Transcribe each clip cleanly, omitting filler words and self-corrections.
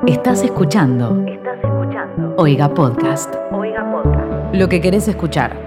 Estás escuchando Oiga Podcast. Lo que querés escuchar.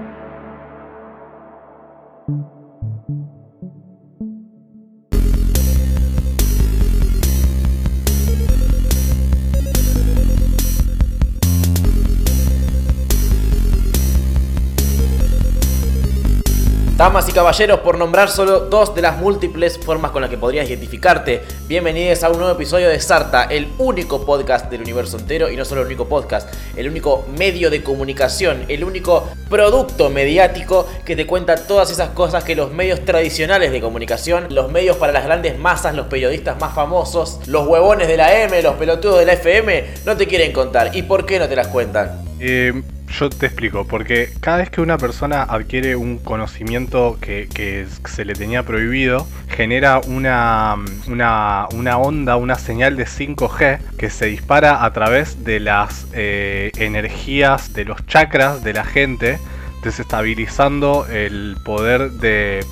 Damas y caballeros, por nombrar solo dos de las múltiples formas con las que podrías identificarte, bienvenidos a un nuevo episodio de Sarta, el único podcast del universo entero, y no solo el único podcast, el único medio de comunicación, el único producto mediático que te cuenta todas esas cosas que los medios tradicionales de comunicación, los medios para las grandes masas, los periodistas más famosos, los huevones de la M, los pelotudos de la FM, no te quieren contar. ¿Y por qué no te las cuentan? Yo te explico, porque cada vez que una persona adquiere un conocimiento que se le tenía prohibido, genera una onda, una señal de 5G que se dispara a través de las energías de los chakras de la gente, desestabilizando el poder de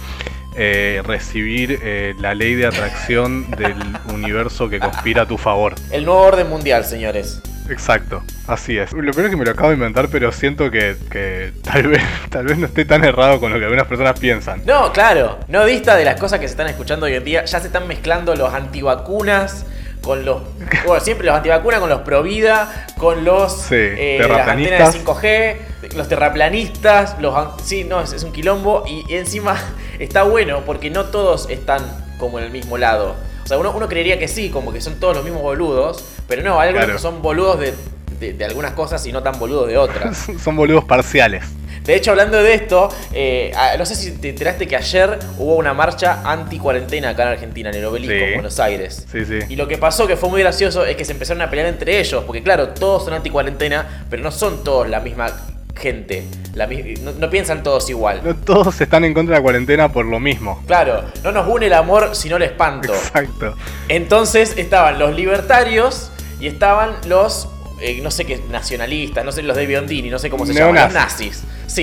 recibir la ley de atracción del universo que conspira a tu favor. El nuevo orden mundial, señores. Exacto, así es. Lo peor es que me lo acabo de inventar, pero siento que tal vez no esté tan errado con lo que algunas personas piensan. No, claro, no dista de las cosas que se están escuchando hoy en día. Ya se están mezclando los antivacunas con los... Bueno, siempre los antivacunas con los pro-vida, con los... las antenas de 5G, los terraplanistas, sí, no, es un quilombo. Y encima está bueno porque no todos están como en el mismo lado. O sea, uno creería que sí, como que son todos los mismos boludos, pero no, hay algunos que son boludos de algunas cosas y no tan boludos de otras. Son boludos parciales. De hecho, hablando de esto, no sé si te enteraste que ayer hubo una marcha anti-cuarentena acá en Argentina, en el Obelisco, en Buenos Aires. Sí. Y lo que pasó, que fue muy gracioso, es que se empezaron a pelear entre ellos, porque claro, todos son anti-cuarentena, pero no son todos la misma gente, no piensan todos igual. No todos están en contra de la cuarentena por lo mismo. Claro, no nos une el amor sino el espanto. Exacto. Entonces estaban los libertarios y estaban los, no sé qué, nacionalistas, no sé, los de Biondini, no sé cómo se llaman, los nazis. Sí.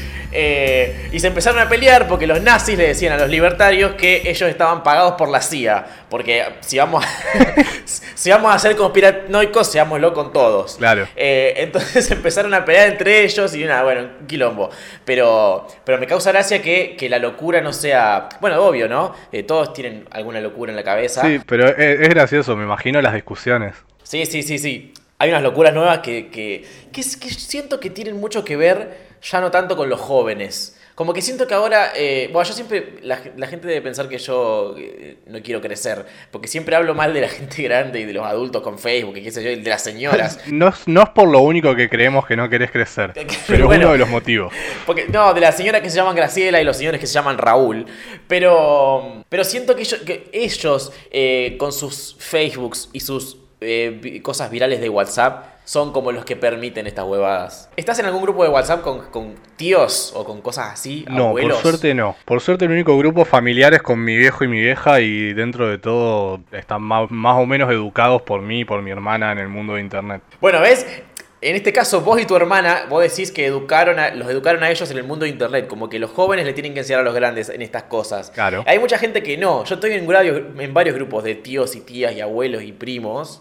Y se empezaron a pelear porque los nazis le decían a los libertarios que ellos estaban pagados por la CIA. Porque si vamos a ser conspiranoicos, seámoslo con todos. Claro. Entonces empezaron a pelear entre ellos y un quilombo. Pero me causa gracia que la locura no sea... Bueno, obvio, ¿no? Todos tienen alguna locura en la cabeza. Sí, pero es gracioso, me imagino las discusiones. Sí. Hay unas locuras nuevas que siento que tienen mucho que ver, ya no tanto con los jóvenes. Como que siento que ahora, yo siempre, la gente debe pensar que yo no quiero crecer, porque siempre hablo mal de la gente grande y de los adultos con Facebook y qué sé yo, y de las señoras. No es por lo único que creemos que no querés crecer, pero bueno, uno de los motivos. Porque, no, de las señoras que se llaman Graciela y los señores que se llaman Raúl, pero siento que ellos con sus Facebooks y sus cosas virales de WhatsApp son como los que permiten estas huevadas. ¿Estás en algún grupo de WhatsApp con tíos o con cosas así? No, abuelos? Por suerte no. Por suerte el único grupo familiar es con mi viejo y mi vieja, y dentro de todo están más o menos educados por mí y por mi hermana en el mundo de internet. Bueno, ¿ves? En este caso, vos y tu hermana, vos decís que los educaron a ellos en el mundo de internet, como que los jóvenes le tienen que enseñar a los grandes en estas cosas. Claro. Hay mucha gente que no. Yo estoy en varios grupos de tíos y tías y abuelos y primos.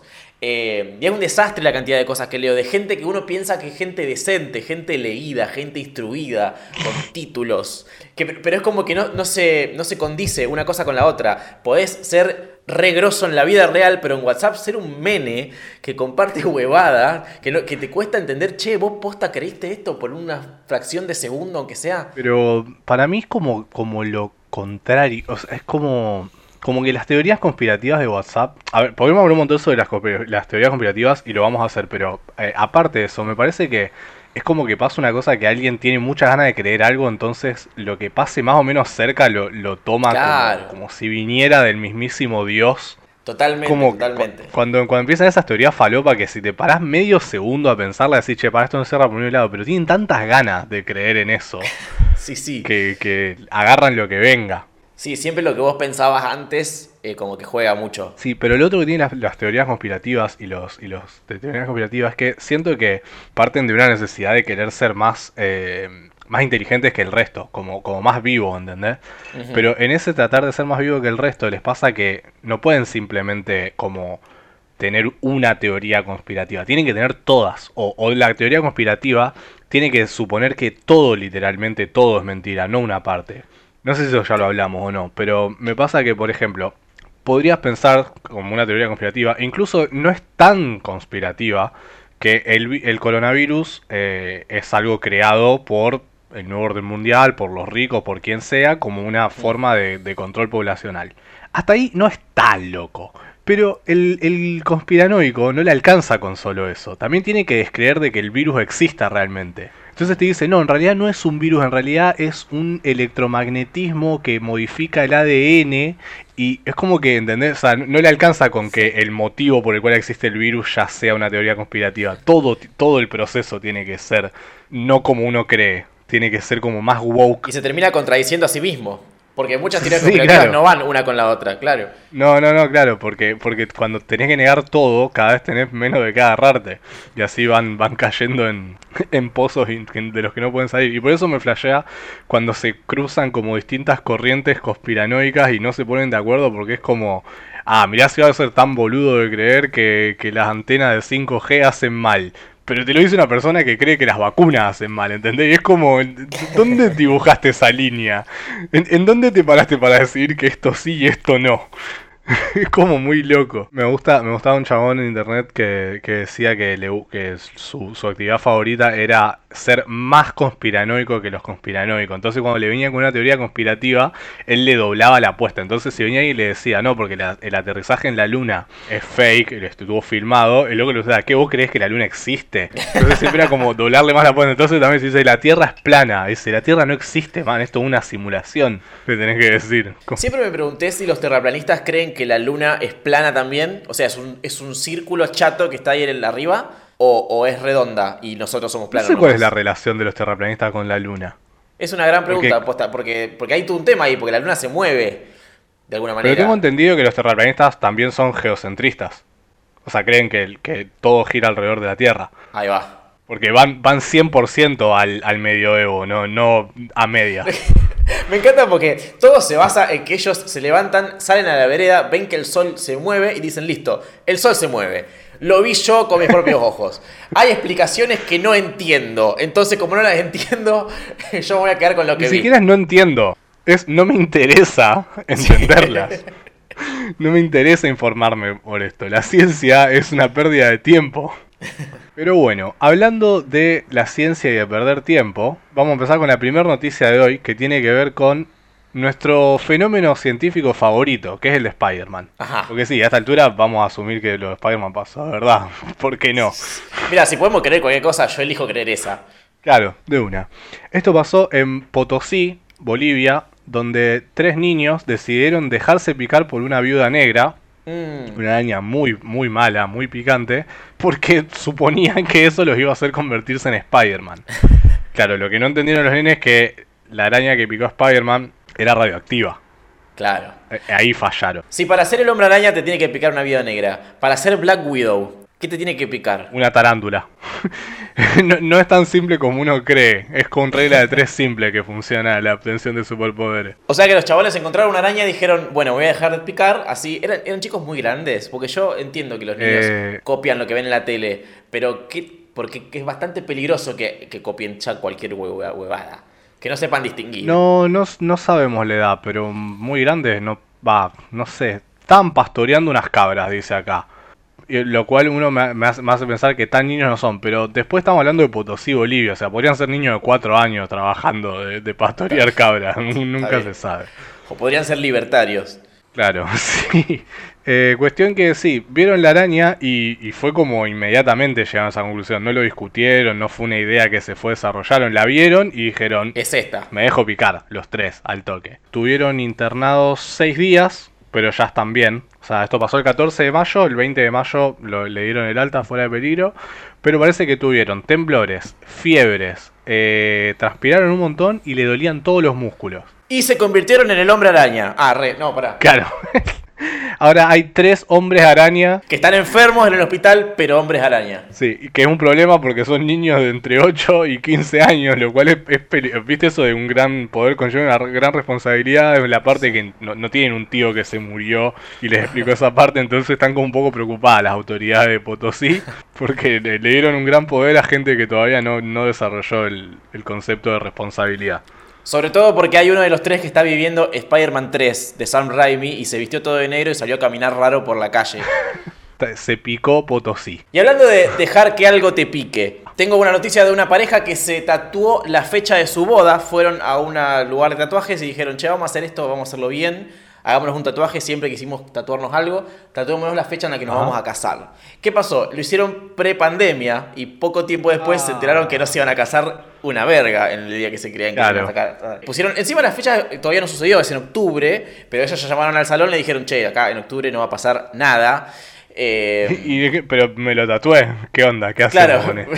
Y es un desastre la cantidad de cosas que leo, de gente que uno piensa que es gente decente, gente leída, gente instruida, con títulos. Pero es como que no se condice una cosa con la otra. Podés ser re grosso en la vida real, pero en WhatsApp ser un mene que comparte huevada, que te cuesta entender, che, vos posta creíste esto por una fracción de segundo, aunque sea. Pero para mí es como lo contrario, o sea, es como que las teorías conspirativas de WhatsApp... A ver, podemos hablar un montón sobre las teorías conspirativas y lo vamos a hacer, pero aparte de eso, me parece que es como que pasa una cosa que alguien tiene muchas ganas de creer algo, entonces lo que pase más o menos cerca lo toma, claro, como si viniera del mismísimo Dios. Totalmente. Cuando empiezan esas teorías falopa que si te parás medio segundo a pensarla, decís, che, para esto no cierra por ningún lado, pero tienen tantas ganas de creer en eso. Sí. Que agarran lo que venga. Sí, siempre lo que vos pensabas antes como que juega mucho. Sí, pero lo otro que tienen las teorías conspirativas y los de teorías conspirativas es que siento que parten de una necesidad de querer ser más inteligentes que el resto, como más vivo, ¿entendés? Uh-huh. Pero en ese tratar de ser más vivo que el resto les pasa que no pueden simplemente como tener una teoría conspirativa, tienen que tener todas, o la teoría conspirativa tiene que suponer que todo, literalmente todo es mentira, no una parte. No sé si eso ya lo hablamos o no, pero me pasa que, por ejemplo, podrías pensar como una teoría conspirativa, e incluso no es tan conspirativa, que el coronavirus es algo creado por el nuevo orden mundial, por los ricos, por quien sea, como una forma de control poblacional. Hasta ahí no es tan loco. Pero el conspiranoico no le alcanza con solo eso. También tiene que descreer de que el virus exista realmente. Entonces te dice, no, en realidad no es un virus, en realidad es un electromagnetismo que modifica el ADN. Y es como que, ¿entendés? O sea, no le alcanza con que el motivo por el cual existe el virus ya sea una teoría conspirativa. Todo el proceso tiene que ser no como uno cree. Tiene que ser como más woke. Y se termina contradiciendo a sí mismo. Porque muchas teorías conspirativas no van una con la otra, claro. No, claro, porque cuando tenés que negar todo, cada vez tenés menos de qué agarrarte. Y así van cayendo en pozos de los que no pueden salir. Y por eso me flashea cuando se cruzan como distintas corrientes conspiranoicas y no se ponen de acuerdo, porque es como, mirá si va a ser tan boludo de creer que las antenas de 5G hacen mal. Pero te lo dice una persona que cree que las vacunas hacen mal, ¿entendés? Y es como, ¿dónde dibujaste esa línea? ¿En dónde te paraste para decidir que esto sí y esto no? Es como muy loco. Me gustaba un chabón en internet que decía que su actividad favorita era ser más conspiranoico que los conspiranoicos. Entonces cuando le venía con una teoría conspirativa, él le doblaba la apuesta. Entonces si venía y le decía, no, porque el aterrizaje en la luna es fake, estuvo filmado, el loco le decía, ¿qué vos creés que la luna existe? Entonces siempre era como doblarle más la apuesta. Entonces también se dice, la Tierra es plana. Dice, la Tierra no existe, man, esto es una simulación. Le tenés que decir. Siempre me pregunté si los terraplanistas creen que la luna es plana también. O sea, es un círculo chato que está ahí arriba. O es redonda y nosotros somos planos. No sé cuál es la relación de los terraplanistas con la luna. Es una gran pregunta, posta, porque hay todo un tema ahí, porque la luna se mueve de alguna manera. Pero tengo entendido que los terraplanistas también son geocentristas. O sea, creen que todo gira alrededor de la Tierra. Ahí va. Porque van 100% al medioevo, no a media. Me encanta porque todo se basa en que ellos se levantan, salen a la vereda, ven que el sol se mueve y dicen, listo, el sol se mueve. Lo vi yo con mis propios ojos. Hay explicaciones que no entiendo. Entonces, como no las entiendo, yo me voy a quedar con lo que vi. Ni siquiera no entiendo. No me interesa entenderlas. No me interesa informarme por esto. La ciencia es una pérdida de tiempo. Pero bueno, hablando de la ciencia y de perder tiempo, vamos a empezar con la primera noticia de hoy, que tiene que ver con nuestro fenómeno científico favorito, que es el de Spider-Man. Ajá. Porque sí, a esta altura vamos a asumir que lo de Spider-Man pasa, ¿verdad? ¿Por qué no? Mira, si podemos creer cualquier cosa, yo elijo creer esa. Claro, de una. Esto pasó en Potosí, Bolivia, donde 3 niños decidieron dejarse picar por una viuda negra. Una araña muy, muy mala, muy picante, porque suponían que eso los iba a hacer convertirse en Spider-Man. Claro, lo que no entendieron los nenes es que la araña que picó a Spider-Man era radioactiva. Claro. Ahí fallaron. Si para ser el hombre araña te tiene que picar una viuda negra, para ser Black Widow, ¿qué te tiene que picar? Una tarántula. No es tan simple como uno cree. Es con regla de 3 simple que funciona la obtención de superpoderes. O sea que los chavales encontraron una araña y dijeron, bueno, voy a dejar de picar. Así, eran chicos muy grandes. Porque yo entiendo que los niños copian lo que ven en la tele. Pero porque es bastante peligroso que copien ya cualquier huevada. Que no sepan distinguir. No sabemos la edad, pero muy grandes no sé. Estaban pastoreando unas cabras, dice acá. Lo cual uno me hace pensar que tan niños no son. Pero después estamos hablando de Potosí, Bolivia. O sea, podrían ser niños de 4 años trabajando de pastorear cabras. Nunca se sabe. O podrían ser libertarios. Claro, sí. Cuestión que sí, vieron la araña y fue como inmediatamente llegaron a esa conclusión. No lo discutieron, no fue una idea que se fue desarrollaron. La vieron y dijeron, es esta. Me dejo picar, los 3 al toque. Estuvieron internados 6 días, pero ya están bien. O sea, esto pasó el 14 de mayo, el 20 de mayo le dieron el alta fuera de peligro. Pero parece que tuvieron temblores, fiebres, transpiraron un montón y le dolían todos los músculos. Y se convirtieron en el hombre araña. No, pará. Claro. Ahora hay 3 hombres araña. Que están enfermos en el hospital, pero hombres araña. Sí, que es un problema porque son niños de entre 8 y 15 años, lo cual ¿viste eso de un gran poder conlleva una gran responsabilidad? En la parte que no tienen un tío que se murió y les explicó esa parte, entonces están como un poco preocupadas las autoridades de Potosí porque le dieron un gran poder a gente que todavía no desarrolló el concepto de responsabilidad. Sobre todo porque hay uno de los 3 que está viviendo Spider-Man 3 de Sam Raimi y se vistió todo de negro y salió a caminar raro por la calle. Se picó Potosí. Y hablando de dejar que algo te pique, tengo una noticia de una pareja que se tatuó la fecha de su boda. Fueron a un lugar de tatuajes y dijeron, che, vamos a hacer esto, vamos a hacerlo bien. Hagámonos un tatuaje, siempre quisimos tatuarnos algo, tatuémonos la fecha en la que nos vamos a casar. ¿Qué pasó? Lo hicieron pre-pandemia y poco tiempo después se enteraron que no se iban a casar una verga en el día que se creían que se iban a sacar. Pusieron, encima la fecha todavía no sucedió, es en octubre, pero ellos ya llamaron al salón y le dijeron, che, acá en octubre no va a pasar nada. Pero me lo tatué, ¿qué onda? ¿Qué hacemos con esto?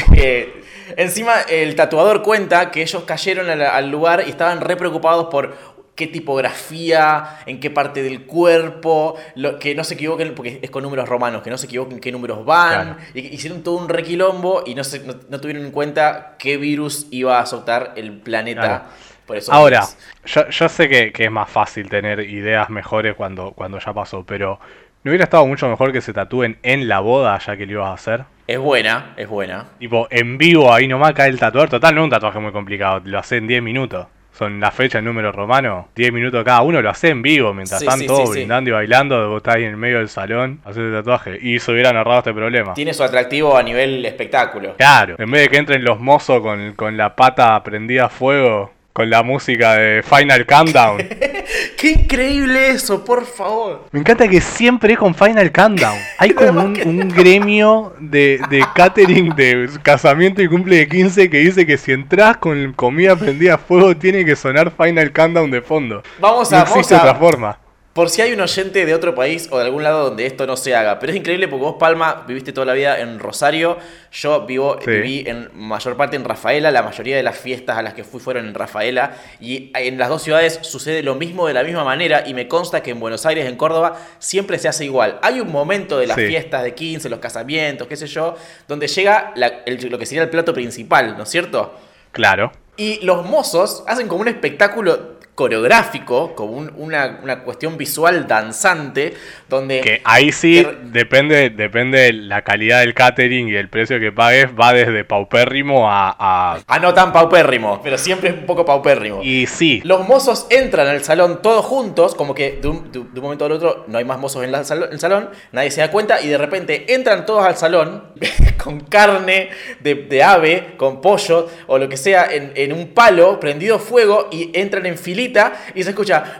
Encima el tatuador cuenta que ellos cayeron al lugar y estaban re preocupados por qué tipografía, en qué parte del cuerpo, que no se equivoquen, porque es con números romanos, que no se equivoquen qué números van. Claro. Hicieron todo un requilombo y no tuvieron en cuenta qué virus iba a azotar el planeta. Claro. Por eso ahora, yo sé que es más fácil tener ideas mejores cuando ya pasó, pero ¿no hubiera estado mucho mejor que se tatúen en la boda ya que lo ibas a hacer? Es buena, es buena. Tipo, en vivo ahí nomás cae el tatuador. Total, no es un tatuaje muy complicado, lo hace en 10 minutos. Son la fecha, el número romano, 10 minutos cada uno, lo hace en vivo, mientras están todos brindando y bailando, vos estás ahí en el medio del salón, haces el tatuaje, y se hubieran ahorrado este problema. Tiene su atractivo a nivel espectáculo. Claro, en vez de que entren los mozos con la pata prendida a fuego, con la música de Final Countdown. ¡Qué increíble eso, por favor! Me encanta que siempre es con Final Countdown. Hay como un gremio de catering de casamiento y cumple de 15 que dice que si entras con comida prendida a fuego tiene que sonar Final Countdown de fondo. No existe otra forma. Por si hay un oyente de otro país o de algún lado donde esto no se haga. Pero es increíble porque vos, Palma, viviste toda la vida en Rosario. Yo viví en mayor parte en Rafaela. La mayoría de las fiestas a las que fui fueron en Rafaela. Y en las dos ciudades sucede lo mismo de la misma manera. Y me consta que en Buenos Aires, en Córdoba, siempre se hace igual. Hay un momento de las fiestas de 15, los casamientos, qué sé yo, donde llega lo que sería el plato principal, ¿no es cierto? Claro. Y los mozos hacen como un espectáculo coreográfico, como una cuestión visual danzante, donde... Que ahí sí depende de la calidad del catering y el precio que pagues, va desde paupérrimo a... no tan paupérrimo, pero siempre es un poco paupérrimo. Y sí. Los mozos entran al salón todos juntos, como que de un momento al otro no hay más mozos en el salón, nadie se da cuenta y de repente entran todos al salón con carne de ave, con pollo o lo que sea en un palo prendido fuego y entran en filita y se escucha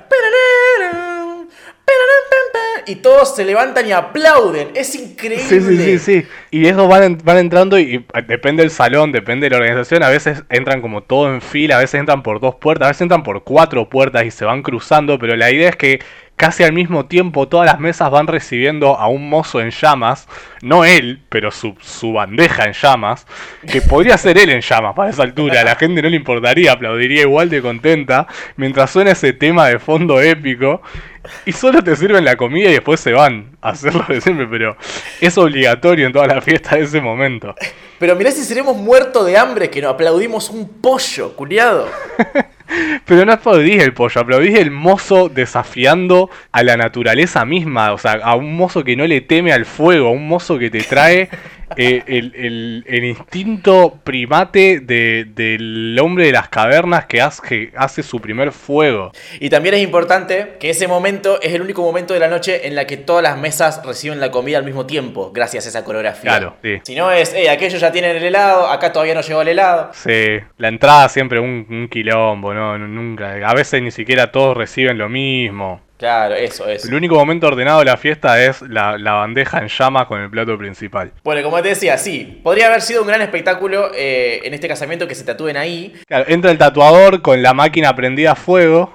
y todos se levantan y aplauden. Es increíble. Sí. Y eso van entrando y depende del salón, depende de la organización. A veces entran como todo en fila, a veces entran por 2 puertas, a veces entran por 4 puertas y se van cruzando. Pero la idea es que casi al mismo tiempo todas las mesas van recibiendo a un mozo en llamas. No él, pero su bandeja en llamas. Que podría ser él en llamas para esa altura. A la gente no le importaría, aplaudiría igual de contenta. Mientras suena ese tema de fondo épico. Y solo te sirven la comida y después se van a hacerlo de siempre. Pero es obligatorio en toda la fiesta de ese momento. Pero mirá si seremos muertos de hambre que nos aplaudimos un pollo, culiado. Pero no aplaudís el pollo, aplaudís el mozo desafiando a la naturaleza misma. O sea, a un mozo que no le teme al fuego, a un mozo que te trae el instinto primate del hombre de las cavernas que hace su primer fuego. Y también es importante que ese momento es el único momento de la noche en la que todas las mesas reciben la comida al mismo tiempo, gracias a esa coreografía. Claro, sí. Si no es, aquellos ya tienen el helado, acá todavía no llegó el helado. Sí, la entrada siempre un quilombo, ¿no? Nunca. A veces ni siquiera todos reciben lo mismo. Claro, eso es. El único momento ordenado de la fiesta es la bandeja en llamas con el plato principal. Bueno, como te decía, sí, podría haber sido un gran espectáculo en este casamiento que se tatúen ahí. Claro, entra el tatuador con la máquina prendida a fuego.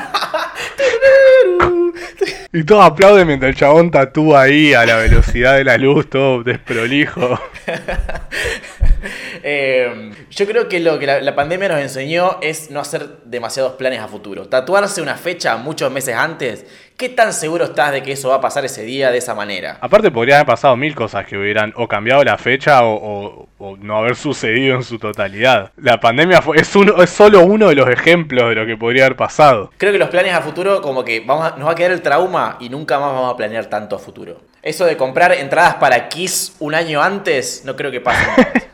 Y todos aplauden mientras el chabón tatúa ahí a la velocidad de la luz, todo desprolijo. Yo creo que lo que la pandemia nos enseñó es no hacer demasiados planes a futuro. Tatuarse una fecha muchos meses antes. ¿Qué tan seguro estás de que eso va a pasar ese día de esa manera? Aparte podrían haber pasado mil cosas que hubieran o cambiado la fecha o no haber sucedido en su totalidad. La pandemia es solo uno de los ejemplos de lo que podría haber pasado. Creo que los planes a futuro como que nos va a quedar el trauma y nunca más vamos a planear tanto a futuro. Eso de comprar entradas para Kiss un año antes, no creo que pase.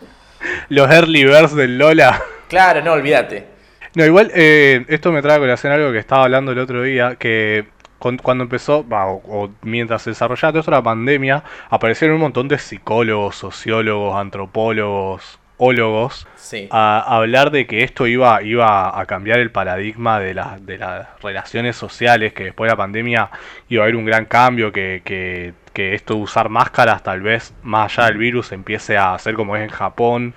Los early birds del Lola. Claro, no, olvídate. No, igual esto me trae a colación algo que estaba hablando el otro día, que cuando empezó, o mientras se desarrollaba toda la pandemia, aparecieron un montón de psicólogos, sociólogos, antropólogos, ólogos, sí, a hablar de que esto iba a cambiar el paradigma de las relaciones sociales, que después de la pandemia iba a haber un gran cambio, que esto de usar máscaras tal vez más allá del virus empiece a ser como es en Japón,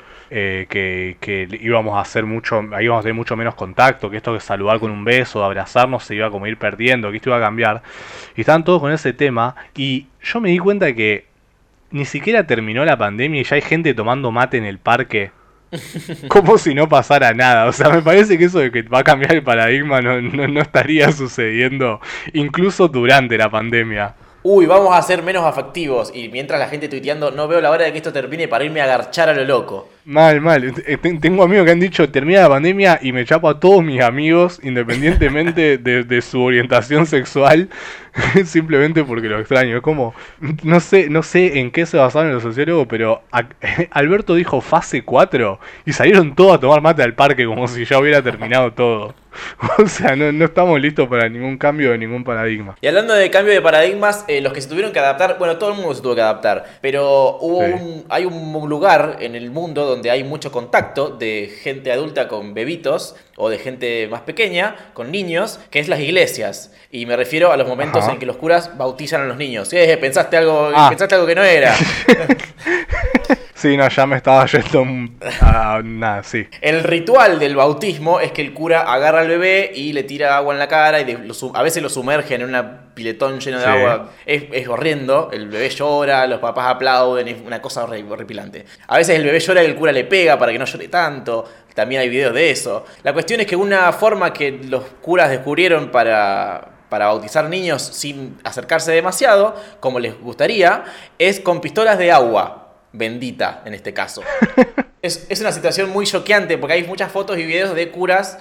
que íbamos a tener mucho menos contacto, que esto de saludar con un beso, de abrazarnos se iba a como ir perdiendo, que esto iba a cambiar. Y estaban todos con ese tema y yo me di cuenta que ni siquiera terminó la pandemia y ya hay gente tomando mate en el parque. Como si no pasara nada. O sea, me parece que eso de que va a cambiar el paradigma no estaría sucediendo incluso durante la pandemia. Uy, vamos a ser menos afectivos. Y mientras la gente tuiteando, no veo la hora de que esto termine para irme a garchar a lo loco. Mal. Tengo amigos que han dicho, termina la pandemia y me chapo a todos mis amigos, independientemente de su orientación sexual, simplemente porque lo extraño. Es como, no sé en qué se basaron los sociólogos, pero Alberto dijo fase 4 y salieron todos a tomar mate al parque como si ya hubiera terminado todo. O sea, no estamos listos para ningún cambio de ningún paradigma. Y hablando de cambio de paradigmas, los que se tuvieron que adaptar, bueno, todo el mundo se tuvo que adaptar, pero hay un lugar en el mundo donde hay mucho contacto de gente adulta con bebitos o de gente más pequeña con niños, que es las iglesias. Y me refiero a los momentos en que los curas bautizan a los niños. Pensaste algo que no era. Sí, no, ya me estaba yendo a nada, sí. El ritual del bautismo es que el cura agarra al bebé y le tira agua en la cara y a veces lo sumerge en un piletón lleno de agua. Es horrendo, el bebé llora, los papás aplauden, es una cosa horripilante. A veces el bebé llora y el cura le pega para que no llore tanto. También hay videos de eso. La cuestión es que una forma que los curas descubrieron para bautizar niños sin acercarse demasiado, como les gustaría, es con pistolas de agua. Bendita, en este caso. Es una situación muy choqueante porque hay muchas fotos y videos de curas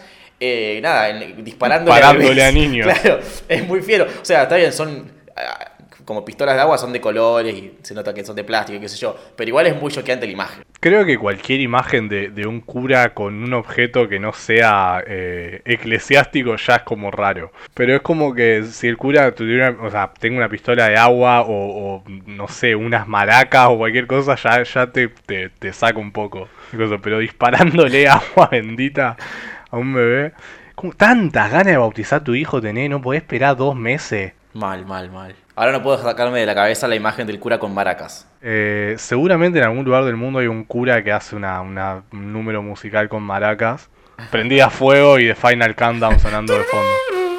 disparándole a niños. Claro, es muy fiero. O sea, está bien, son como pistolas de agua, son de colores y se nota que son de plástico y qué sé yo. Pero igual es muy choqueante la imagen. Creo que cualquier imagen de un cura con un objeto que no sea eclesiástico ya es como raro. Pero es como que si el cura tenga una pistola de agua o no sé, unas maracas o cualquier cosa, ya te saca un poco. Pero disparándole agua bendita a un bebé. ¿Cómo tantas ganas de bautizar a tu hijo tenés? ¿No podés esperar 2 meses? Mal. Ahora no puedo sacarme de la cabeza la imagen del cura con maracas. Seguramente en algún lugar del mundo hay un cura que hace un número musical con maracas, prendida a fuego y de Final Countdown sonando de fondo.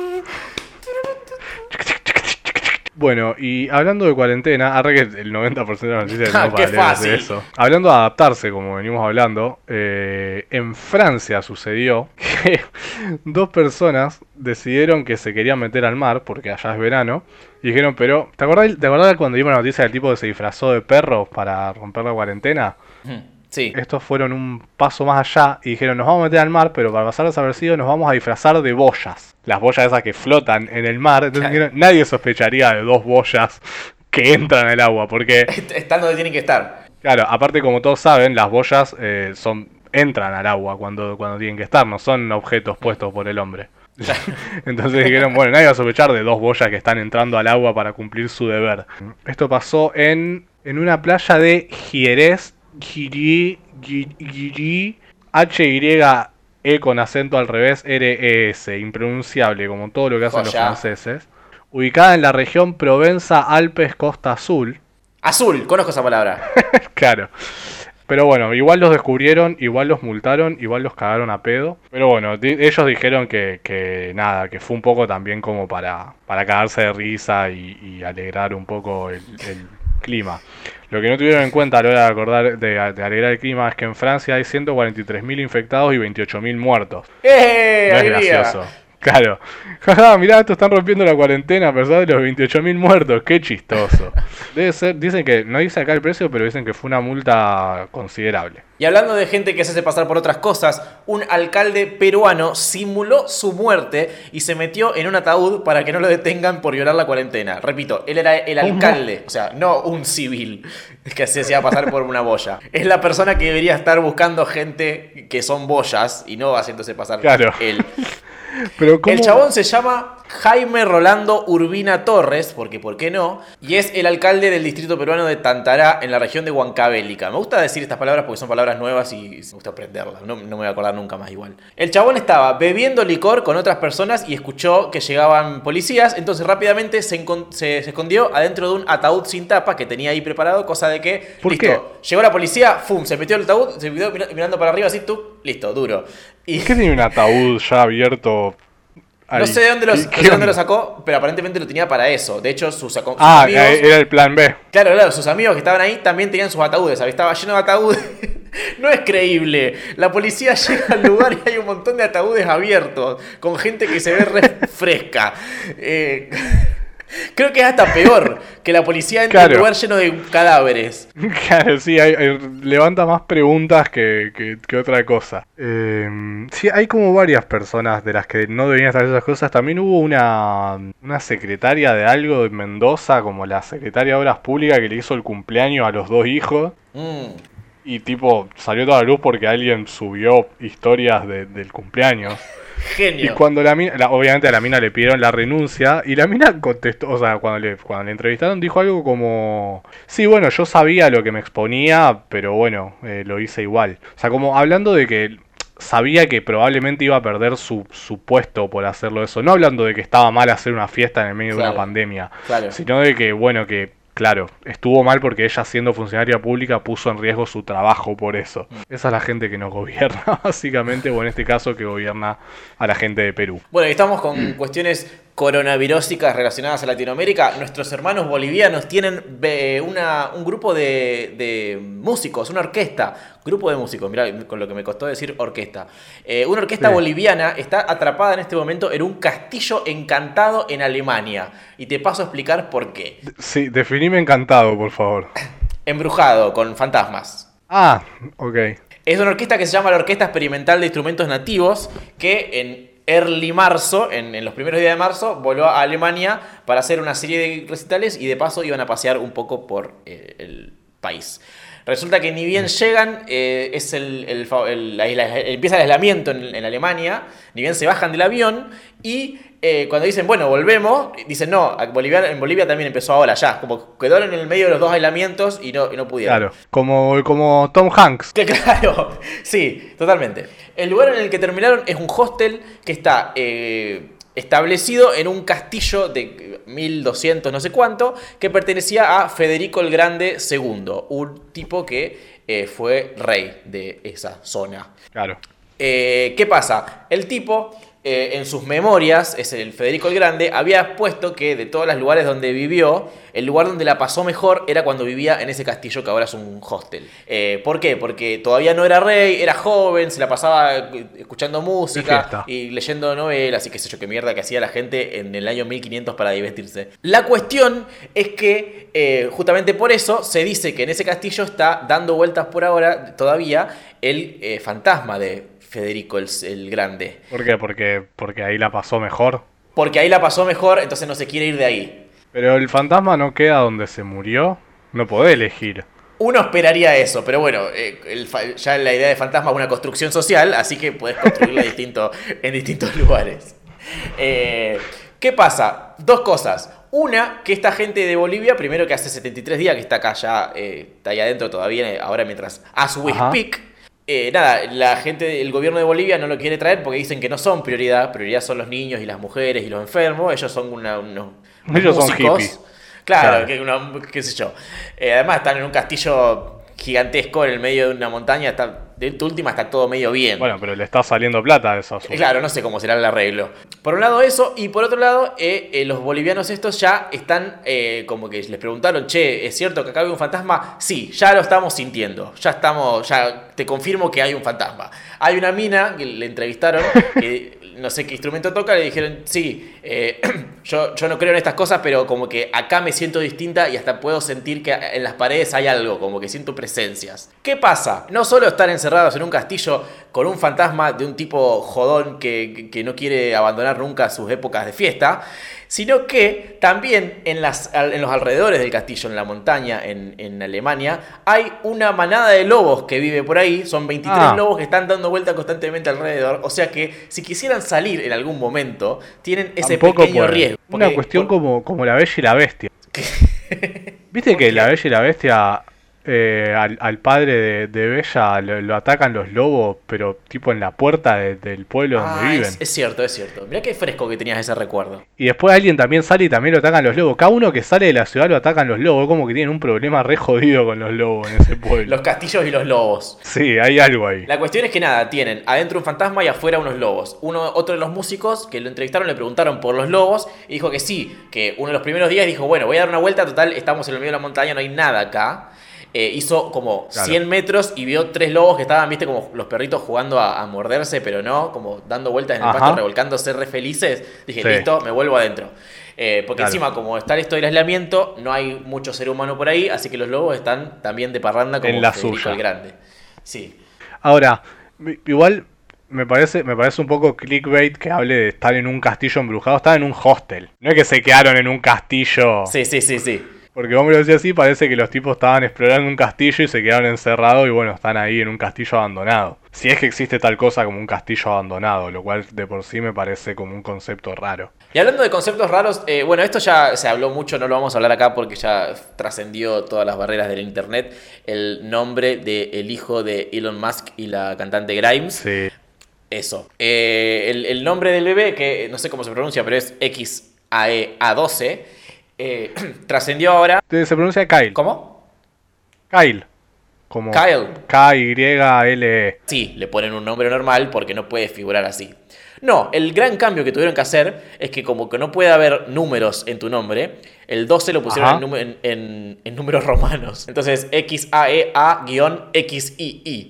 Bueno, y hablando de cuarentena, arre que el 90% de las noticias no para de eso. Hablando de adaptarse, como venimos hablando, en Francia sucedió que 2 personas decidieron que se querían meter al mar, porque allá es verano, y dijeron, pero, ¿te acordás cuando dimos la noticia del tipo que se disfrazó de perro para romper la cuarentena? Sí. Estos fueron un paso más allá y dijeron, nos vamos a meter al mar, pero para pasar desapercibido nos vamos a disfrazar de boyas. Las boyas esas que flotan en el mar. Entonces dijeron, nadie sospecharía de 2 boyas que entran al agua, porque... Están donde tienen que estar. Claro, aparte como todos saben, las boyas entran al agua cuando tienen que estar, no son objetos puestos por el hombre. Entonces dijeron, bueno, nadie va a sospechar de 2 boyas que están entrando al agua para cumplir su deber. Esto pasó en una playa de Jerez, H-Y-E con acento al revés, R-E-S, impronunciable como todo lo que hacen los franceses. Ubicada en la región Provenza-Alpes Costa Azul. Azul, conozco esa palabra. Claro. Pero bueno, igual los descubrieron, igual los multaron, igual los cagaron a pedo. Pero bueno, ellos dijeron que nada, que fue un poco también como para cagarse de risa y alegrar un poco clima. Lo que no tuvieron en cuenta a la hora de acordar de alegrar el clima es que en Francia hay 143.000 infectados y 28.000 muertos. No es alegría! gracioso. Claro. Jaja, mirá, estos están rompiendo la cuarentena a pesar de los 28.000 muertos. Qué chistoso. Debe ser, dicen que, no dice acá el precio, pero dicen que fue una multa considerable. Y hablando de gente que se hace pasar por otras cosas, un alcalde peruano simuló su muerte y se metió en un ataúd para que no lo detengan por violar la cuarentena. Repito, él era el alcalde, o sea, no un civil que se hacía pasar por una boya. Es la persona que debería estar buscando gente que son boyas y no haciéndose pasar él. Pero ¿cómo? El chabón se llama Jaime Rolando Urbina Torres, porque ¿por qué no? Y es el alcalde del distrito peruano de Tantará, en la región de Huancavelica. Me gusta decir estas palabras porque son palabras nuevas y me gusta aprenderlas. No me voy a acordar nunca más igual. El chabón estaba bebiendo licor con otras personas y escuchó que llegaban policías, entonces rápidamente se escondió adentro de un ataúd sin tapa que tenía ahí preparado, cosa de que, ¿Por listo, qué? llegó la policía, ¡fum!, se metió en el ataúd, se quedó mirando para arriba así, tú, listo, duro. Y ¿Por qué tiene un ataúd ya abierto? no sé de dónde lo sacó, pero aparentemente lo tenía para eso. De hecho, sus amigos... era el plan B. Claro, sus amigos que estaban ahí también tenían sus ataúdes. Estaba lleno de ataúdes. No es creíble. La policía llega al lugar y hay un montón de ataúdes abiertos, con gente que se ve re fresca. Creo que es hasta peor que la policía entre un lugar lleno de cadáveres. Claro, sí, levanta más preguntas que otra cosa. Sí, hay como varias personas de las que no deberían estar esas cosas. También hubo una secretaria de algo de Mendoza, como la secretaria de Obras Públicas, que le hizo el cumpleaños a los 2 hijos. Y tipo, salió toda la luz porque alguien subió historias del cumpleaños. Genio. Y cuando obviamente a la mina le pidieron la renuncia, y la mina contestó, o sea, cuando le entrevistaron dijo algo como: sí, bueno, yo sabía lo que me exponía, pero bueno, lo hice igual. O sea, como hablando de que sabía que probablemente iba a perder su puesto por hacerlo eso. No hablando de que estaba mal hacer una fiesta en el medio de una pandemia, sino de que, bueno, que claro, estuvo mal porque ella, siendo funcionaria pública, puso en riesgo su trabajo por eso. Esa es la gente que nos gobierna, básicamente, o en este caso que gobierna a la gente de Perú. Bueno, y estamos con cuestiones coronavirúsicas relacionadas a Latinoamérica. Nuestros hermanos bolivianos tienen un grupo de músicos, una orquesta. Grupo de músicos, mirá con lo que me costó decir orquesta. Una orquesta boliviana está atrapada en este momento en un castillo encantado en Alemania. Y te paso a explicar por qué. Sí, definime encantado, por favor. Embrujado, con fantasmas. Ah, ok. Es una orquesta que se llama la Orquesta Experimental de Instrumentos Nativos, que en early marzo, en los primeros días de marzo, voló a Alemania para hacer una serie de recitales y de paso iban a pasear un poco por el país. Resulta que ni bien llegan, empieza el aislamiento en Alemania, ni bien se bajan del avión y cuando dicen, bueno, volvemos, dicen, no, en Bolivia también empezó ahora, ya, como quedaron en el medio de los dos aislamientos y no pudieron. Claro, como Tom Hanks. Claro, sí, totalmente. El lugar en el que terminaron es un hostel que está establecido en un castillo de 1200 no sé cuánto, que pertenecía a Federico el Grande II, un tipo que fue rey de esa zona. Claro. ¿Qué pasa? El tipo, en sus memorias, es el Federico el Grande, había puesto que de todos los lugares donde vivió, el lugar donde la pasó mejor era cuando vivía en ese castillo que ahora es un hostel. ¿Por qué? Porque todavía no era rey, era joven, se la pasaba escuchando música y leyendo novelas y qué sé yo, qué mierda que hacía la gente en el año 1500 para divertirse. La cuestión es que justamente por eso se dice que en ese castillo está dando vueltas por ahora todavía el fantasma de Federico el Grande. ¿Por qué? Porque ahí la pasó mejor. Porque ahí la pasó mejor, entonces no se quiere ir de ahí. Pero el fantasma no queda donde se murió. No podés elegir. Uno esperaría eso, pero bueno, ya la idea de fantasma es una construcción social, así que podés construirla en distintos lugares. ¿Qué pasa? Dos cosas. Una, que esta gente de Bolivia, primero que hace 73 días que está acá ya, está ahí adentro todavía, ahora mientras as we speak. La gente, el gobierno de Bolivia no lo quiere traer porque dicen que no son prioridad son los niños y las mujeres y los enfermos, ellos son unos ellos músicos. Son hippies. Claro. Qué sé yo. Además están en un castillo gigantesco en el medio de una montaña, está de tu última está todo medio bien. Bueno, pero le está saliendo plata a eso. Claro, no sé cómo será el arreglo. Por un lado eso, y por otro lado, los bolivianos estos ya están como que les preguntaron, che, ¿es cierto que acá hay un fantasma? Sí, ya lo estamos sintiendo. Ya te confirmo que hay un fantasma. Hay una mina que le entrevistaron, que no sé qué instrumento toca, le dijeron, sí, yo no creo en estas cosas, pero como que acá me siento distinta y hasta puedo sentir que en las paredes hay algo, como que siento presencias. ¿Qué pasa? No solo estar encerrados en un castillo con un fantasma de un tipo jodón que no quiere abandonar nunca sus épocas de fiesta, sino que también en los alrededores del castillo, en la montaña, en Alemania, hay una manada de lobos que vive por ahí. Son 23 lobos que están dando vuelta constantemente alrededor. O sea que si quisieran salir en algún momento, tienen ese pequeño riesgo. Una cuestión como La Bella y la Bestia. ¿Viste que La Bella y la Bestia... al padre de Bella lo atacan los lobos, pero tipo en la puerta del pueblo donde viven? Es cierto. Mirá qué fresco que tenías ese recuerdo. Y después alguien también sale y también lo atacan los lobos. Cada uno que sale de la ciudad lo atacan los lobos. Como que tienen un problema re jodido con los lobos en ese pueblo. Los castillos y los lobos. Sí, hay algo ahí. La cuestión es que nada, tienen adentro un fantasma y afuera unos lobos. Otro de los músicos que lo entrevistaron le preguntaron por los lobos y dijo que sí, que uno de los primeros días dijo, bueno, voy a dar una vuelta, total, estamos en el medio de la montaña, no hay nada acá. Hizo como 100 metros y vio 3 lobos que estaban, viste, como los perritos jugando a morderse, pero no, como dando vueltas en el pasto, revolcándose re felices. Dije, listo, me vuelvo adentro. Porque encima, como está esto del aislamiento, no hay mucho ser humano por ahí, así que los lobos están también de parranda como en la Federico suya. el Grande. Sí. Ahora, igual me parece un poco clickbait que hable de estar en un castillo embrujado. Están en un hostel. No es que se quedaron en un castillo. Sí. Porque como lo decía así, parece que los tipos estaban explorando un castillo y se quedaron encerrados y bueno, están ahí en un castillo abandonado. Si es que existe tal cosa como un castillo abandonado, lo cual de por sí me parece como un concepto raro. Y hablando de conceptos raros, bueno, esto ya se habló mucho, no lo vamos a hablar acá porque ya trascendió todas las barreras del internet. El nombre del hijo de Elon Musk y la cantante Grimes. Sí. Eso. El nombre del bebé, que no sé cómo se pronuncia, pero es XAEA12. Trascendió ahora. Se pronuncia Kyle. ¿Cómo? Kyle. Como Kyle. K-Y-L-E. Sí, le ponen un nombre normal porque no puede figurar así. No, el gran cambio que tuvieron que hacer es que como que no puede haber números en tu nombre, el 12 lo pusieron en números romanos. Entonces, XAEA-XII.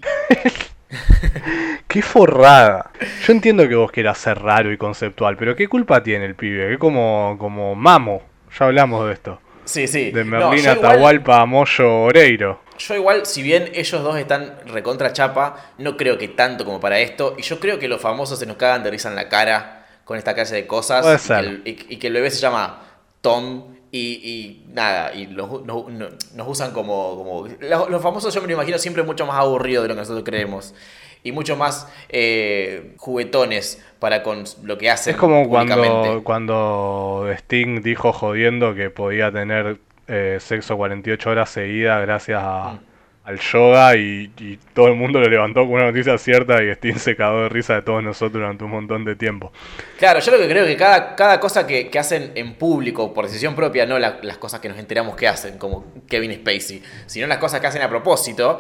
Qué forrada. Yo entiendo que vos quieras ser raro y conceptual, pero ¿qué culpa tiene el pibe? Que como Mamo. Ya hablamos de esto. Sí. De Merlín, Atahualpa, Moyo, Oreiro. Yo igual, si bien ellos dos están recontra chapa, no creo que tanto como para esto. Y yo creo que los famosos se nos cagan de risa en la cara con esta clase de cosas. Puede ser. Y que el bebé se llama Tom y nada, y nos usan como... Los famosos yo me lo imagino siempre mucho más aburrido de lo que nosotros creemos. Y mucho más juguetones para con lo que hacen. Es como públicamente. cuando Sting dijo jodiendo que podía tener sexo 48 horas seguidas gracias al yoga y todo el mundo lo levantó como una noticia cierta y Sting se cagó de risa de todos nosotros durante un montón de tiempo. Claro, yo lo que creo es que cada cosa que hacen en público por decisión propia, no las cosas que nos enteramos que hacen, como Kevin Spacey, sino las cosas que hacen a propósito,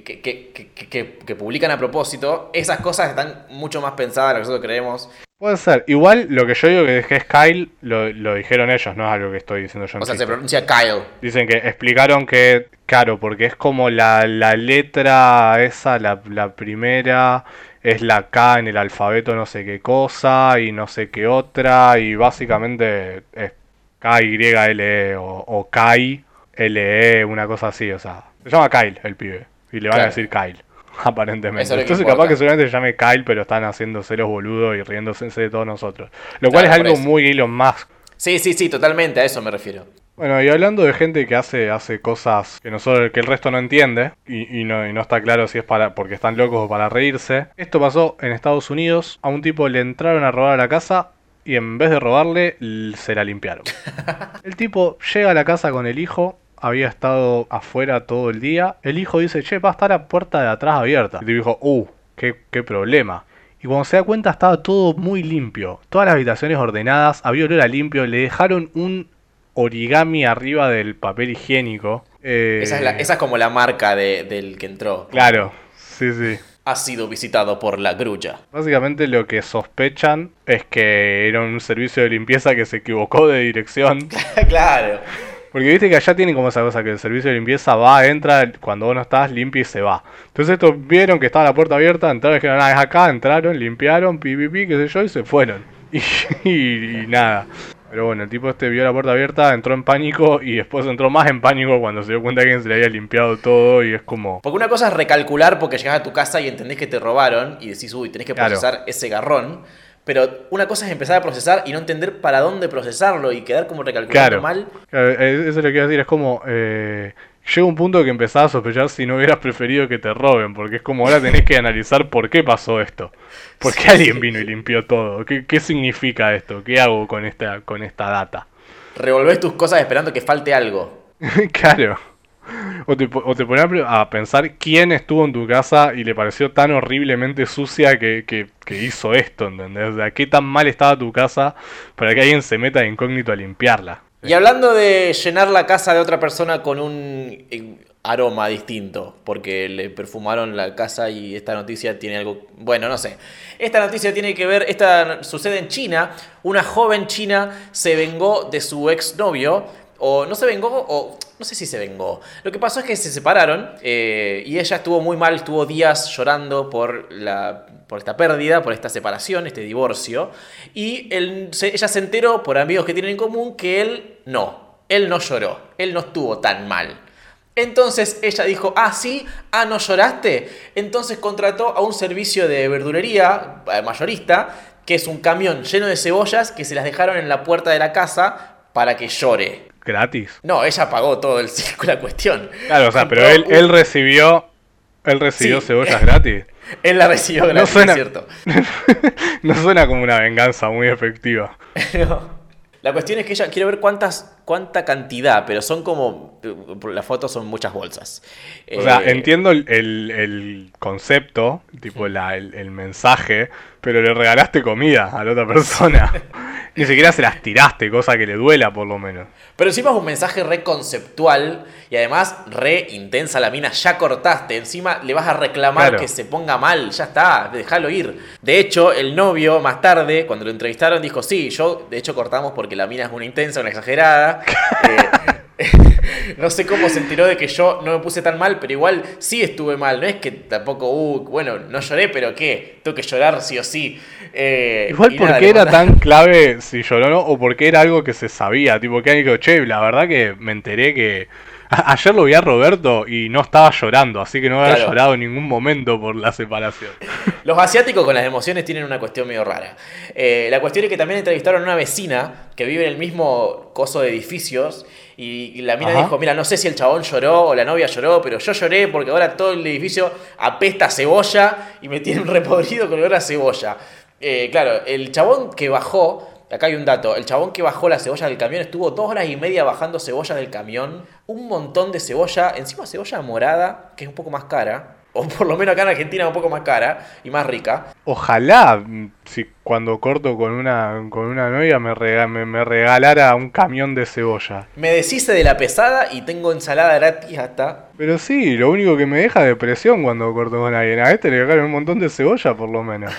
que publican a propósito, esas cosas están mucho más pensadas de lo que nosotros creemos. Puede ser. Igual lo que yo digo que es Kyle, lo dijeron ellos, no es algo que estoy diciendo yo en O sea, chiste. se pronuncia Kyle. Dicen que explicaron que, claro, porque es como la letra esa, la primera, es la K en el alfabeto no sé qué cosa y no sé qué otra, y básicamente es K-Y-L-E o Kai-L-E, una cosa así, o sea, se llama Kyle el pibe, y le van a decir Kyle. Aparentemente. Eso es lo que Entonces importa. capaz que seguramente se llame Kyle, pero están haciéndose los boludos y riéndose de todos nosotros. Lo cual Claro, es por algo eso. muy Elon Musk. Sí, totalmente, a eso me refiero. Bueno, y hablando de gente que hace cosas que el resto no entiende, y no está claro si es porque están locos o para reírse. Esto pasó en Estados Unidos. A un tipo le entraron a robar a la casa y en vez de robarle, se la limpiaron. El tipo llega a la casa con el hijo. Había estado afuera todo el día. El hijo dice, che, va a estar la puerta de atrás abierta. Y el tipo dijo, qué problema. Y cuando se da cuenta estaba todo muy limpio. Todas las habitaciones ordenadas, había olor a limpio. Le dejaron un origami arriba del papel higiénico. Esa es como la marca del que entró. Claro, sí. ha sido visitado por la grulla. Básicamente lo que sospechan es que era un servicio de limpieza que se equivocó de dirección. Claro. Porque viste que allá tienen como esa cosa que el servicio de limpieza va, entra, cuando vos no estás, limpia y se va. Entonces estos vieron que estaba la puerta abierta, entraron y dijeron, es acá, entraron, limpiaron, qué sé yo, y se fueron. Y nada. Pero bueno, el tipo vio la puerta abierta, entró en pánico y después entró más en pánico cuando se dio cuenta que alguien se le había limpiado todo y es como... Porque una cosa es recalcular porque llegás a tu casa y entendés que te robaron y decís, uy, tenés que procesar ese garrón. Pero una cosa es empezar a procesar y no entender para dónde procesarlo y quedar como recalculando mal. Claro, eso es lo que iba a decir, es como... llega un punto que empezás a sospechar si no hubieras preferido que te roben, porque es como ahora tenés que analizar por qué pasó esto. ¿Por qué alguien vino y limpió todo? ¿Qué significa esto? ¿Qué hago con esta data? Revolvés tus cosas esperando que falte algo. Claro. O te pones a pensar quién estuvo en tu casa y le pareció tan horriblemente sucia que hizo esto, ¿entendés? O sea, qué tan mal estaba tu casa para que alguien se meta de incógnito a limpiarla. Y hablando de llenar la casa de otra persona con un aroma distinto, porque le perfumaron la casa y esta noticia tiene algo... Bueno, no sé. Esta noticia tiene que ver... sucede en China. Una joven china se vengó de su exnovio. O no se vengó, o no sé si se vengó. Lo que pasó es que se separaron y ella estuvo muy mal, estuvo días llorando por esta pérdida, por esta separación, este divorcio. Y ella se enteró por amigos que tienen en común que él no lloró, él no estuvo tan mal. Entonces ella dijo, sí, ¿no lloraste? Entonces contrató a un servicio de verdulería mayorista, que es un camión lleno de cebollas que se las dejaron en la puerta de la casa para que llore. ¿Gratis? No, ella pagó todo el círculo, la cuestión. Claro, o sea, pero él recibió sí, cebollas gratis. Él la recibió gratis, no suena, es cierto. No suena como una venganza muy efectiva. No. La cuestión es que ella quiere ver cuánta cantidad, pero son como... Las fotos son muchas bolsas. O sea, entiendo el concepto, tipo el mensaje, pero le regalaste comida a la otra persona. Ni siquiera se las tiraste, cosa que le duela por lo menos. Pero encima es un mensaje re conceptual y además re intensa la mina. Ya cortaste, encima le vas a reclamar que se ponga mal. Ya está, déjalo ir. De hecho, el novio más tarde, cuando lo entrevistaron, dijo, sí, yo de hecho cortamos porque la mina es una intensa, una exagerada. No sé cómo se enteró de que yo no me puse tan mal, pero igual sí estuve mal. No es que tampoco, bueno, no lloré, pero ¿qué? Tengo que llorar sí o sí. Igual, ¿por qué era tan clave si lloró o no? ¿O por qué era algo que se sabía? Tipo, que alguien dijo, che, la verdad que me enteré que... Ayer lo vi a Roberto y no estaba llorando, así que no había llorado en ningún momento por la separación. Los asiáticos con las emociones tienen una cuestión medio rara. La cuestión es que también entrevistaron a una vecina que vive en el mismo coso de edificios y la mina dijo, mira, no sé si el chabón lloró o la novia lloró, pero yo lloré porque ahora todo el edificio apesta a cebolla y me tienen repodrido con olor a cebolla. Claro, el chabón que bajó... Acá hay un dato, el chabón que bajó la cebolla del camión estuvo 2 horas y media bajando cebolla del camión, un montón de cebolla, encima cebolla morada, que es un poco más cara, o por lo menos acá en Argentina un poco más cara y más rica. Ojalá, si cuando corto con una novia me regalara un camión de cebolla. Me deshice de la pesada y tengo ensalada gratis hasta... Pero sí, lo único que me deja es depresión cuando corto con alguien. A este le regalan un montón de cebolla por lo menos.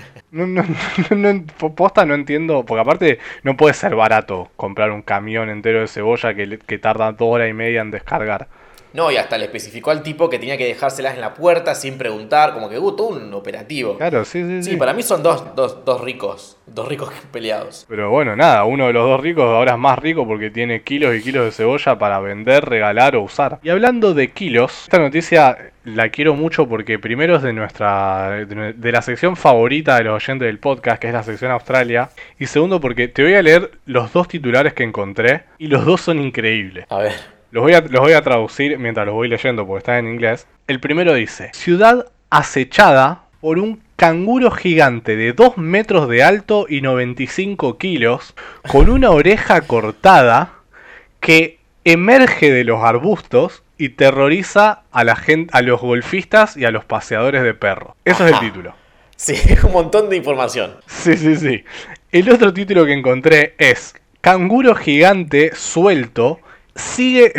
Posta no entiendo, porque aparte no puede ser barato comprar un camión entero de cebolla que tarda 2 horas y media en descargar. No, y hasta le especificó al tipo que tenía que dejárselas en la puerta sin preguntar, como que todo un operativo. Claro, sí. Sí, para mí son dos ricos peleados. Pero bueno, nada, uno de los 2 ricos ahora es más rico porque tiene kilos y kilos de cebolla para vender, regalar o usar. Y hablando de kilos, esta noticia la quiero mucho porque primero es de la sección favorita de los oyentes del podcast, que es la sección Australia. Y segundo porque te voy a leer los 2 titulares que encontré y los 2 son increíbles. A ver. Los voy a traducir mientras los voy leyendo porque están en inglés. El primero dice: ciudad acechada por un canguro gigante de 2 metros de alto y 95 kilos, con una oreja cortada, que emerge de los arbustos y terroriza a los golfistas y a los paseadores de perros. Eso es el título. Sí, es un montón de información. Sí. El otro título que encontré es: canguro gigante suelto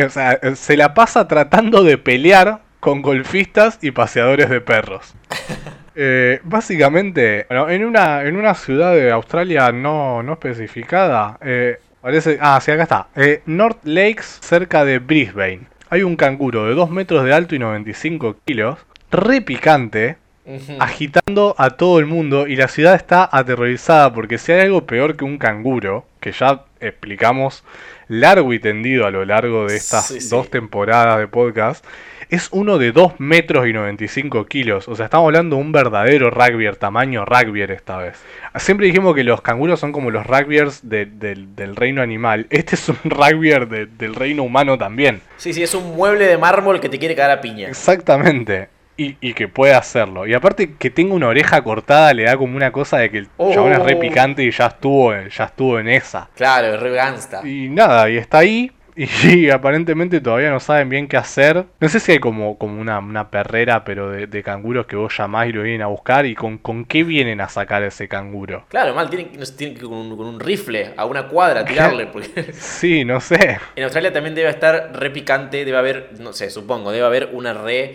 se la pasa tratando de pelear con golfistas y paseadores de perros. Básicamente, bueno, en una ciudad de Australia no especificada, parece... Ah, sí, acá está. North Lakes, cerca de Brisbane. Hay un canguro de 2 metros de alto y 95 kilos, re picante, agitando a todo el mundo, y la ciudad está aterrorizada porque si hay algo peor que un canguro, que ya explicamos largo y tendido a lo largo de estas 2 temporadas de podcast, es uno de 2 metros y 95 kilos. O sea, estamos hablando de un verdadero rugby, tamaño rugby esta vez. Siempre dijimos que los canguros son como los rugbyers del reino animal. Este es un rugbyer del reino humano también. Sí, es un mueble de mármol que te quiere cagar a piña. Exactamente. Y que puede hacerlo. Y aparte que tenga una oreja cortada le da como una cosa de que el chabón es re picante y ya estuvo en esa. Claro, es re gangsta. Y nada, y está ahí. Y aparentemente todavía no saben bien qué hacer. No sé si hay como una perrera, pero de canguros que vos llamás y lo vienen a buscar. ¿Y con qué vienen a sacar ese canguro? Claro, mal, tienen que con un rifle a una cuadra tirarle. Porque... Sí, no sé. En Australia también debe estar re picante. Debe haber, no sé, supongo, debe haber una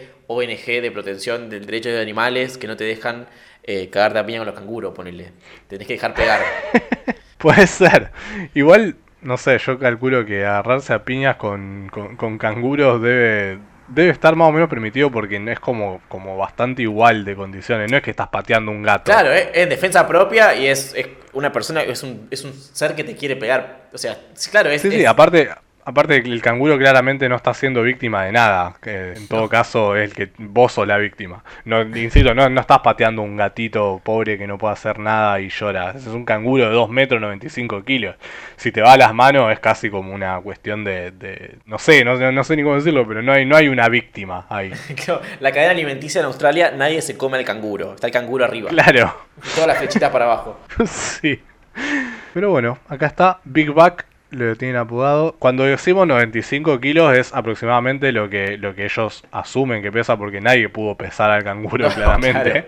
ONG de protección del derecho de animales que no te dejan cagarte a piña con los canguros, ponele. Te tenés que dejar pegar. Puede ser. Igual... No sé, yo calculo que agarrarse a piñas con canguros debe estar más o menos permitido porque es como bastante igual de condiciones. No es que estás pateando un gato. Claro, es defensa propia y es una persona, es un ser que te quiere pegar. O sea, claro, Sí, aparte el canguro claramente no está siendo víctima de nada. Que en todo caso es que vos sos la víctima. No, insisto, no estás pateando un gatito pobre que no puede hacer nada y llora. Es un canguro de 2 metros 95 kilos. Si te va a las manos es casi como una cuestión de no sé ni cómo decirlo, pero no hay una víctima ahí. La cadena alimenticia en Australia, nadie se come al canguro. Está el canguro arriba. Claro. Todas las flechitas para abajo. Sí. Pero bueno, acá está Big Buck. Lo tienen apodado. Cuando decimos 95 kilos es aproximadamente lo que ellos asumen que pesa, porque nadie pudo pesar al canguro, claramente.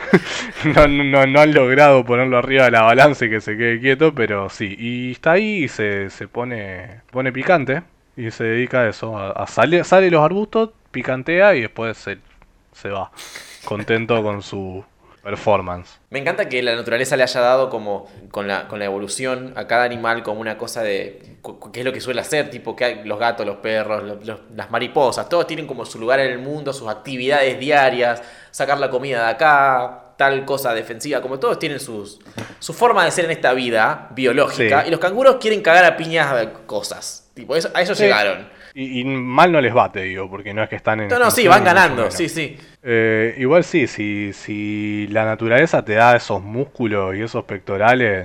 Claro. No han logrado ponerlo arriba de la balanza y que se quede quieto, pero sí. Y está ahí y se pone picante y se dedica a eso. Sale los arbustos, picantea y después se va contento con su performance. Me encanta que la naturaleza le haya dado como con la evolución a cada animal como una cosa de qué es lo que suele hacer, tipo que hay los gatos, los perros, las mariposas, todos tienen como su lugar en el mundo, sus actividades diarias, sacar la comida de acá, tal cosa defensiva, como todos tienen su forma de ser en esta vida biológica, sí. Y los canguros quieren cagar a piñas cosas, tipo, a eso sí. Llegaron. Y mal no les va, te digo, porque no es que están en... No, sí, van ganando, sí. Igual sí, si la naturaleza te da esos músculos y esos pectorales,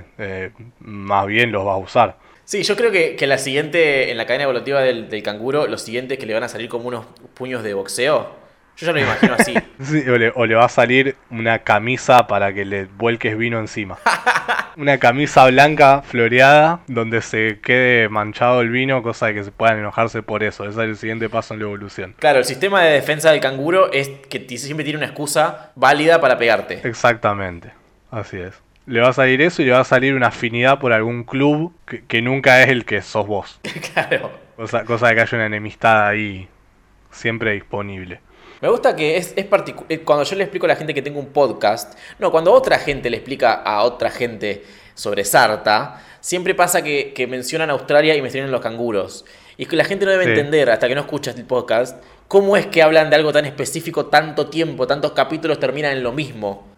más bien los vas a usar. Sí, yo creo que la siguiente, en la cadena evolutiva del canguro, lo siguiente es que le van a salir como unos puños de boxeo. Yo ya lo imagino así. Sí, o le va a salir una camisa para que le vuelques vino encima. Una camisa blanca floreada donde se quede manchado el vino, cosa de que se puedan enojarse por eso. Ese es el siguiente paso en la evolución. Claro, el sistema de defensa del canguro es que siempre tiene una excusa válida para pegarte. Exactamente, así es. Le va a salir eso y le va a salir una afinidad por algún club que nunca es el que sos vos. Claro. Cosa de que haya una enemistad ahí siempre disponible. Me gusta que es particular. Cuando yo le explico a la gente que tengo un podcast, cuando otra gente le explica a otra gente sobre Sarta, siempre pasa que mencionan Australia y mencionan los canguros. Y que la gente no debe entender, hasta que no escuchas el podcast, cómo es que hablan de algo tan específico tanto tiempo, tantos capítulos terminan en lo mismo.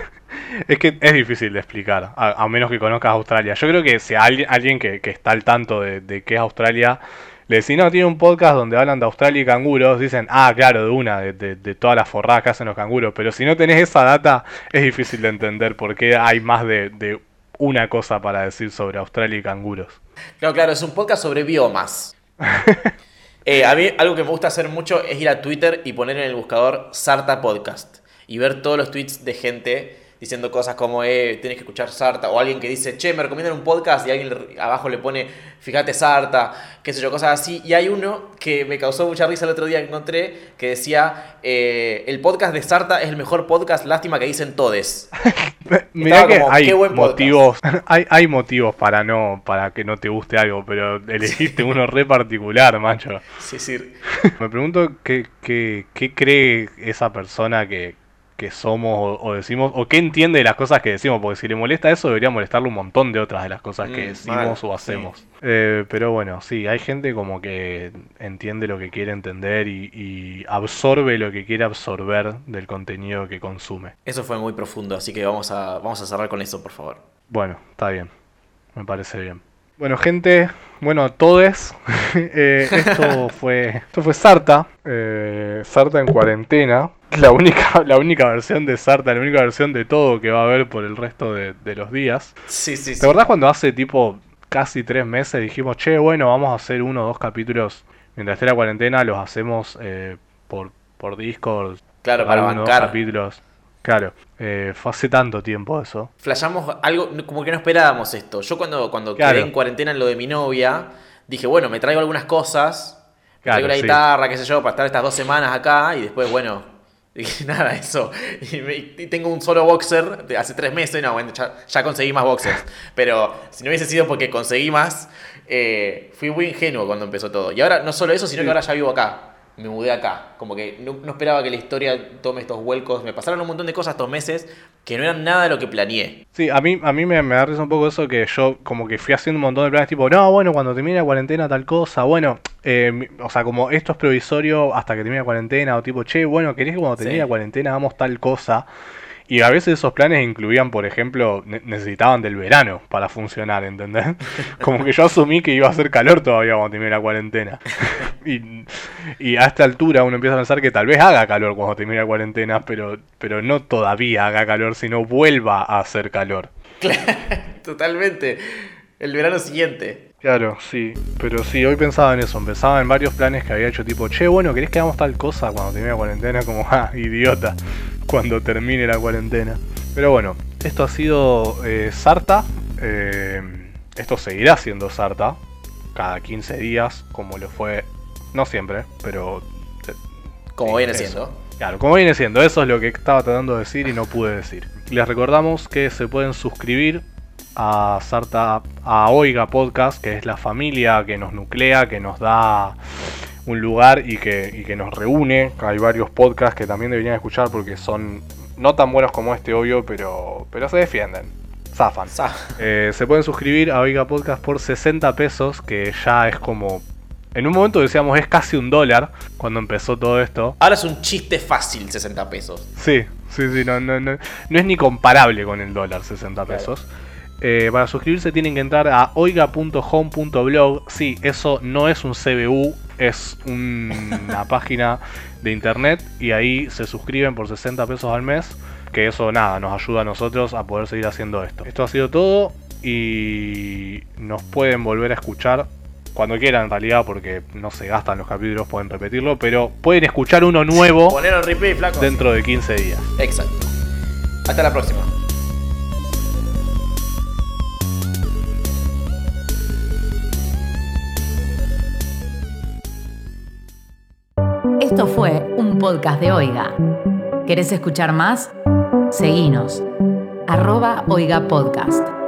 Es que es difícil de explicar, a menos que conozcas Australia. Yo creo que si alguien que está al tanto de qué es Australia... Le decís, no, tiene un podcast donde hablan de Australia y canguros. Dicen, claro, de todas las forradas que hacen los canguros. Pero si no tenés esa data, es difícil de entender por qué hay más de una cosa para decir sobre Australia y canguros. Claro, es un podcast sobre biomas. A mí algo que me gusta hacer mucho es ir a Twitter y poner en el buscador Sarta Podcast. Y ver todos los tweets de gente diciendo cosas como, tenés que escuchar Sarta, o alguien que dice, che, me recomiendan un podcast, y alguien abajo le pone, fíjate Sarta, qué sé yo, cosas así. Y hay uno que me causó mucha risa el otro día que encontré, que decía, el podcast de Sarta es el mejor podcast, lástima que dicen todes. Mirá que como, hay motivos, hay motivos para que no te guste algo, pero elegiste uno re particular, macho. Sí. Me pregunto qué cree esa persona que que somos o decimos, o qué entiende de las cosas que decimos, porque si le molesta eso debería molestarle un montón de otras de las cosas que decimos o hacemos. Sí. Pero bueno, sí, hay gente como que entiende lo que quiere entender y absorbe lo que quiere absorber del contenido que consume. Eso fue muy profundo, así que vamos a cerrar con eso, por favor. Bueno, está bien, me parece bien. Bueno, gente, todes, esto fue Sarta, Sarta en cuarentena, la única versión de Sarta, la única versión de todo que va a haber por el resto de los días. Sí. ¿Te acordás cuando hace tipo casi 3 meses dijimos, che, bueno, vamos a hacer 1 o 2 capítulos mientras esté la cuarentena, los hacemos por Discord? Claro, para bancar. 1 o 2 capítulos. Claro, fue hace tanto tiempo eso. Flashamos algo, como que no esperábamos esto. Yo cuando quedé en cuarentena en lo de mi novia, dije, bueno, me traigo algunas cosas, me traigo la guitarra, qué sé yo, para estar estas 2 semanas acá, y después, bueno, dije, nada, eso. Y tengo un solo boxer de hace 3 meses, no, bueno, ya conseguí más boxers. Pero si no hubiese sido porque conseguí más, fui muy ingenuo cuando empezó todo. Y ahora, no solo eso, sino que ahora ya vivo acá. Me mudé acá, como que no esperaba que la historia tome estos vuelcos. Me pasaron un montón de cosas estos meses que no eran nada de lo que planeé. Sí, a mí me da risa un poco eso, que yo como que fui haciendo un montón de planes tipo, no, bueno, cuando termine la cuarentena tal cosa, bueno, o sea, como esto es provisorio hasta que termine la cuarentena, o tipo, che, bueno, ¿querés que cuando termine la cuarentena hagamos tal cosa? Y a veces esos planes incluían, por ejemplo, necesitaban del verano para funcionar, ¿entendés? Como que yo asumí que iba a hacer calor todavía cuando termine la cuarentena. Y a esta altura uno empieza a pensar que tal vez haga calor cuando termine la cuarentena, pero no todavía haga calor, sino vuelva a hacer calor. Totalmente. El verano siguiente. Claro, sí. Pero sí, hoy pensaba en eso. Pensaba en varios planes que había hecho, tipo, che, bueno, ¿querés que hagamos tal cosa cuando termine la cuarentena? Como, idiota. Cuando termine la cuarentena. Pero bueno, esto ha sido Sarta. Esto seguirá siendo Sarta. Cada 15 días, como lo fue. No siempre, pero. Como viene siendo. Claro, como viene siendo. Eso es lo que estaba tratando de decir y no pude decir. Les recordamos que se pueden suscribir a Sarta, a Oiga Podcast, que es la familia que nos nuclea, que nos da un lugar y que nos reúne. Hay varios podcasts que también deberían escuchar porque son no tan buenos como este, obvio, pero se defienden, zafan. Se pueden suscribir a Oiga Podcast por 60 pesos, que ya es como... En un momento decíamos es casi $1 cuando empezó todo esto. Ahora es un chiste fácil 60 pesos. Sí, no es ni comparable con el dólar 60 pesos. Claro. Para suscribirse tienen que entrar a oiga.home.blog. Sí, eso no es un CBU, es una página de internet y ahí se suscriben por 60 pesos al mes. Que eso nada, nos ayuda a nosotros a poder seguir haciendo esto. Esto ha sido todo y nos pueden volver a escuchar cuando quieran en realidad, porque no se gastan los capítulos, pueden repetirlo, pero pueden escuchar uno nuevo. Poner el replay, flaco. Dentro de 15 días. Exacto. Hasta la próxima. Esto fue un podcast de Oiga. ¿Querés escuchar más? Seguinos. @Oiga Podcast.